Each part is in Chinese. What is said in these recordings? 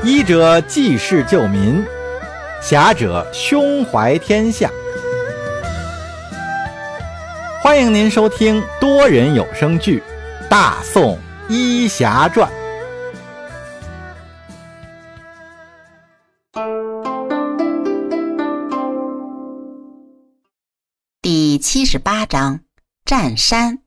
医者济世救民，侠者胸怀天下。欢迎您收听多人有声剧《大宋医侠传》 第78章占山。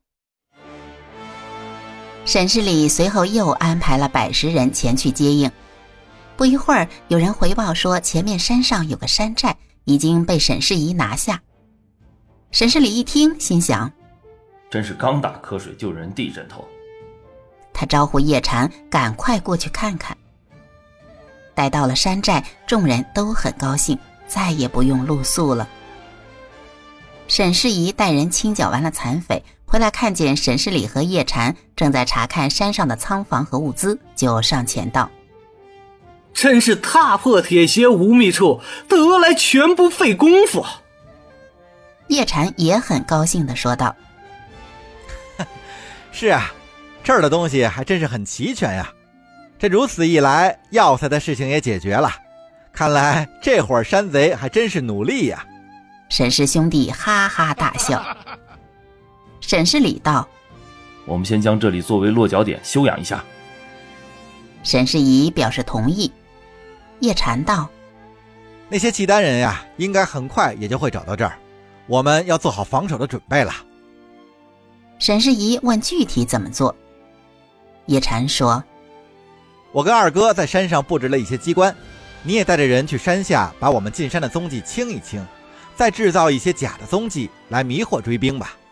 沈世礼随后又安排了110人前去接应。不一会儿，有人回报说前面山上有个山寨已经被沈世仪拿下。沈世礼一听，心想， 真是刚打瞌睡就人地震头。 他招呼叶禅赶快过去看看。待到了山寨，众人都很高兴，再也不用露宿了。沈世仪带人清剿完了残匪，回来看见沈世礼和叶禅正在查看山上的仓房和物资，就上前道： 真是踏破铁鞋无觅处，得来全不费功夫。 叶禅也很高兴地说道： 是啊，这儿的东西还真是很齐全呀。这如此一来，要塞的事情也解决了，看来这伙山贼还真是努力呀。 沈氏兄弟哈哈大笑。沈世礼道： 我们先将这里作为落脚点休养一下。 沈世仪表示同意。叶禅道： 那些契丹人呀，应该很快也就会找到这儿，我们要做好防守的准备了。 沈世仪问具体怎么做。叶禅说： 我跟二哥在山上布置了一些机关，你也带着人去山下把我们进山的踪迹清一清，再制造一些假的踪迹来迷惑追兵吧。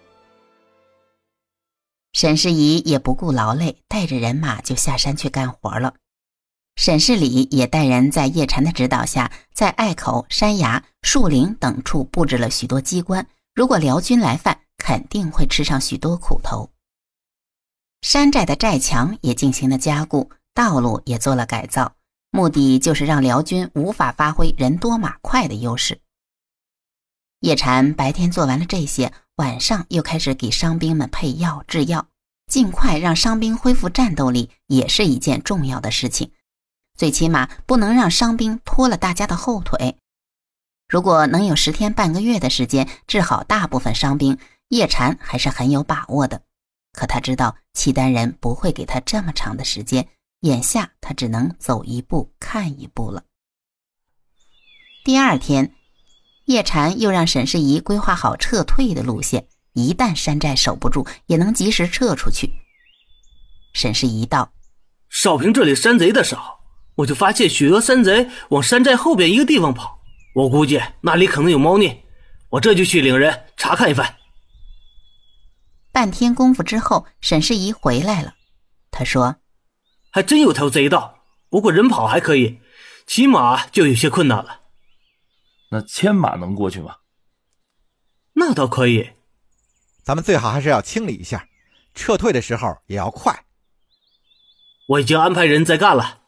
沈世仪也不顾劳累，带着人马就下山去干活了。沈世礼也带人在叶禅的指导下，在隘口、山崖、树林等处布置了许多机关，如果辽军来犯，肯定会吃上许多苦头。山寨的寨墙也进行了加固，道路也做了改造，目的就是让辽军无法发挥人多马快的优势。叶禅白天做完了这些，晚上又开始给伤兵们配药制药，尽快让伤兵恢复战斗力也是一件重要的事情，最起码不能让伤兵拖了大家的后腿。如果能有10天半个月的时间治好大部分伤兵，叶禅还是很有把握的。可他知道契丹人不会给他这么长的时间，眼下他只能走一步看一步了。第二天，叶禅又让沈世仪规划好撤退的路线，一旦山寨守不住，也能及时撤出去。沈世仪道： 少平这里山贼的少，我就发现许多山贼往山寨后边一个地方跑，我估计那里可能有猫腻，我这就去领人查看一番。 半天功夫之后，沈世仪回来了。他说： 还真有条贼道，不过人跑还可以，骑马就有些困难了。 那牵马能过去吗？ 那倒可以。 咱们最好还是要清理一下，撤退的时候也要快。 我已经安排人在干了。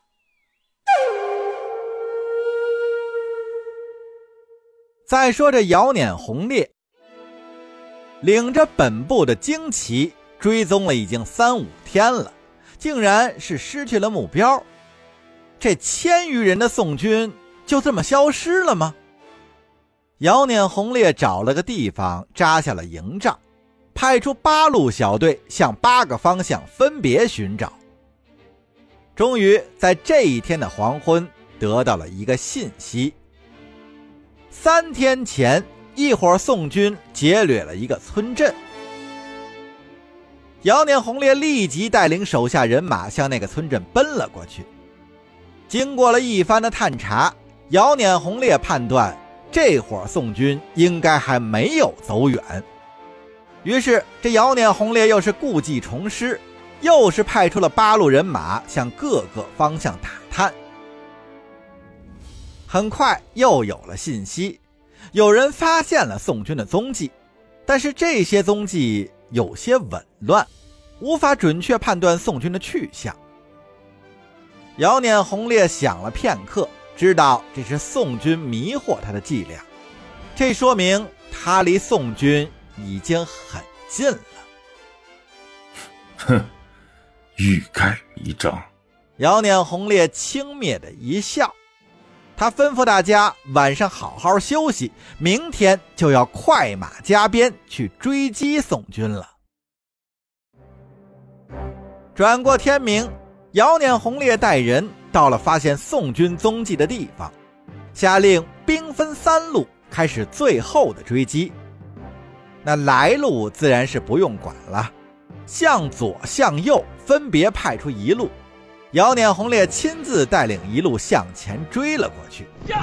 再说这姚辇红烈领着本部的精骑追踪了已经3-5天了，竟然是失去了目标。这1000余人的宋军就这么消失了吗？姚辇红烈找了个地方扎下了营帐，派出8路小队向8个方向分别寻找。终于在这一天的黄昏得到了一个信息：3天前一伙宋军劫掠了一个村镇。姚辇红烈立即带领手下人马向那个村镇奔了过去。经过了一番的探查，姚辇红烈判断这伙宋军应该还没有走远。于是这姚辇红烈又是故技重施，又是派出了8路人马向各个方向打探。很快又有了信息，有人发现了宋军的踪迹，但是这些踪迹有些紊乱，无法准确判断宋军的去向。姚辇红烈想了片刻，知道这是宋军迷惑他的伎俩，这说明他离宋军已经很近了。 哼，欲盖弥彰， 姚念洪烈轻蔑的一笑，他吩咐大家晚上好好休息，明天就要快马加鞭去追击宋军了。转过天明，姚念洪烈带人到了发现宋军踪迹的地方，下令兵分3路开始最后的追击。那来路自然是不用管了，向左向右分别派出1路，姚念洪烈亲自带领1路向前追了过去。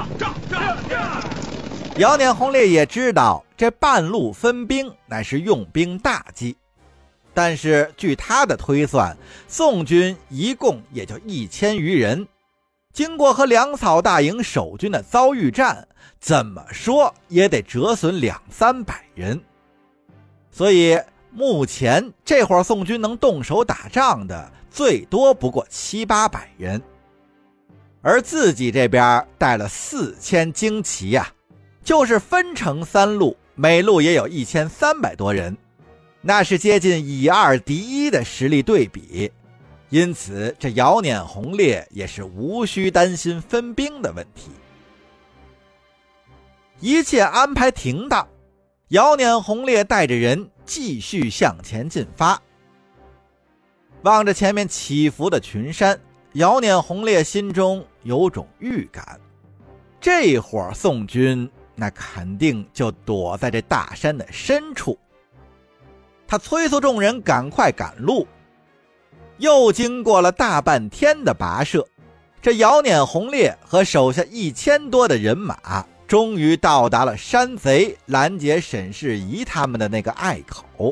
姚念洪烈也知道这半路分兵乃是用兵大忌，但是据他的推算，宋军一共也就1000余人，经过和粮草大营守军的遭遇战，怎么说也得折损200-300人。所以目前这会儿宋军能动手打仗的最多不过700-800人，而自己这边带了4000精骑呀，就是分成3路，每路也有1300多人，那是接近以2敌1的实力对比。因此这姚念洪烈也是无需担心分兵的问题。一切安排停当，姚念洪烈带着人继续向前进发。望着前面起伏的群山，姚念洪烈心中有种预感，这会儿宋军那肯定就躲在这大山的深处。他催促众人赶快赶路。又经过了大半天的跋涉，这姚念洪烈和手下1000多的人马终于到达了山贼拦截沈世宜他们的那个隘口。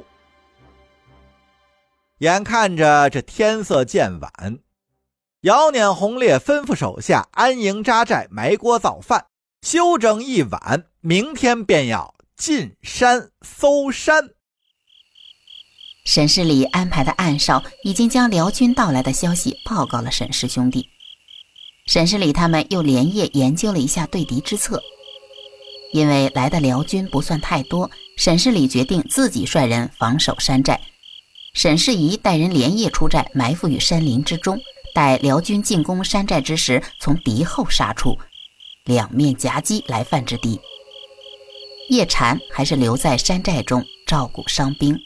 眼看着这天色渐晚，姚念洪烈吩咐手下安营扎寨，埋锅造饭，休整一晚，明天便要进山搜山。 沈世礼安排的暗哨已经将辽军到来的消息报告了沈氏兄弟。沈世礼他们又连夜研究了一下对敌之策。因为来的辽军不算太多，沈世礼决定自己率人防守山寨。沈世宜带人连夜出寨，埋伏于山林之中，待辽军进攻山寨之时，从敌后杀出，两面夹击来犯之敌。叶禅还是留在山寨中照顾伤兵。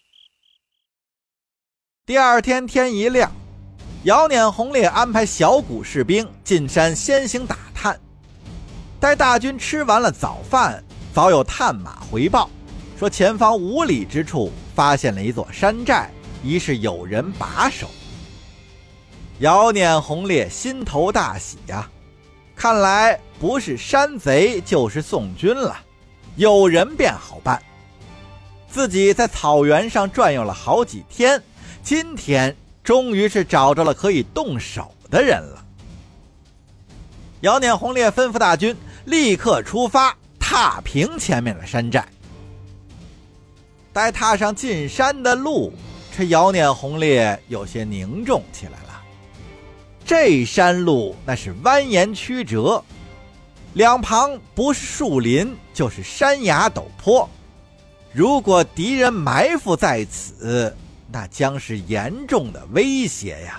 第二天天一亮，姚念洪烈安排小股士兵进山先行打探。待大军吃完了早饭，早有探马回报说前方5里之处发现了一座山寨，疑是有人把守。姚念洪烈心头大喜呀，看来不是山贼就是宋军了，有人便好办。自己在草原上转悠了好几天，今天终于是找着了可以动手的人了。姚念洪烈吩咐大军立刻出发，踏平前面的山寨。待踏上进山的路，这姚念洪烈有些凝重起来了。这山路那是蜿蜒曲折，两旁不是树林就是山崖陡坡，如果敌人埋伏在此，那将是严重的威胁呀。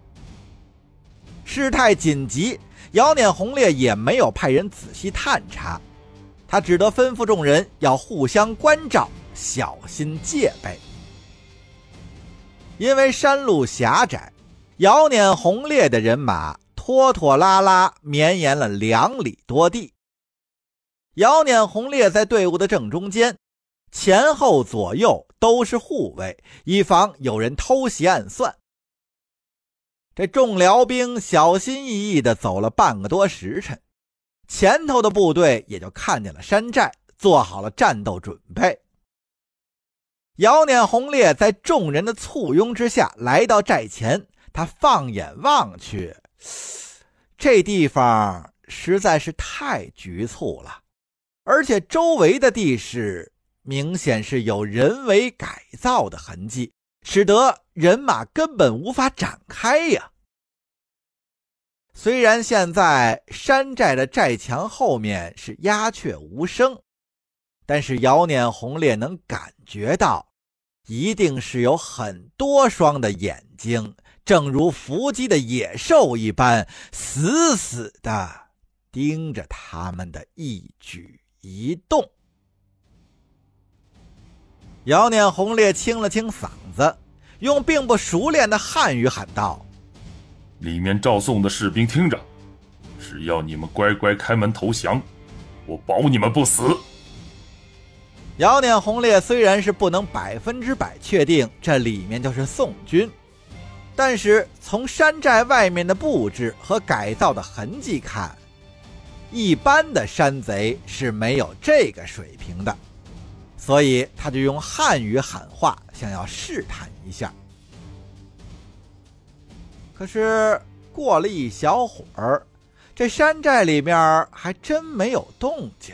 事态紧急，姚念洪烈也没有派人仔细探查，他只得吩咐众人要互相关照，小心戒备。因为山路狭窄，姚念洪烈的人马拖拖拉拉绵延了2里多地。姚念洪烈在队伍的正中间，前后左右都是护卫，以防有人偷袭暗算。这众辽兵小心翼翼地走了半个多时辰，前头的部队也就看见了山寨，做好了战斗准备。姚念洪烈在众人的簇拥之下来到寨前，他放眼望去，这地方实在是太局促了，而且周围的地势明显是有人为改造的痕迹，使得人马根本无法展开呀。虽然现在山寨的寨墙后面是鸦雀无声，但是姚念洪烈能感觉到，一定是有很多双的眼睛正如伏击的野兽一般，死死地盯着他们的一举一动。姚念红烈清了清嗓子，用并不熟练的汉语喊道： 里面照送的士兵听着，只要你们乖乖开门投降，我保你们不死。 姚念红烈虽然是不能100%确定这里面就是宋军，但是从山寨外面的布置和改造的痕迹看，一般的山贼是没有这个水平的，所以他就用汉语喊话，想要试探一下。可是过了一小会儿，这山寨里面还真没有动静。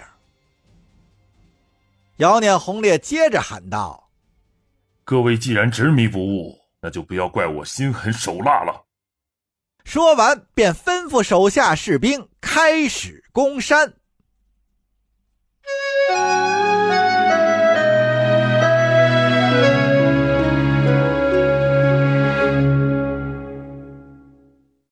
姚念红烈接着喊道： 各位既然执迷不悟，那就不要怪我心狠手辣了。 说完便吩咐手下士兵开始攻山。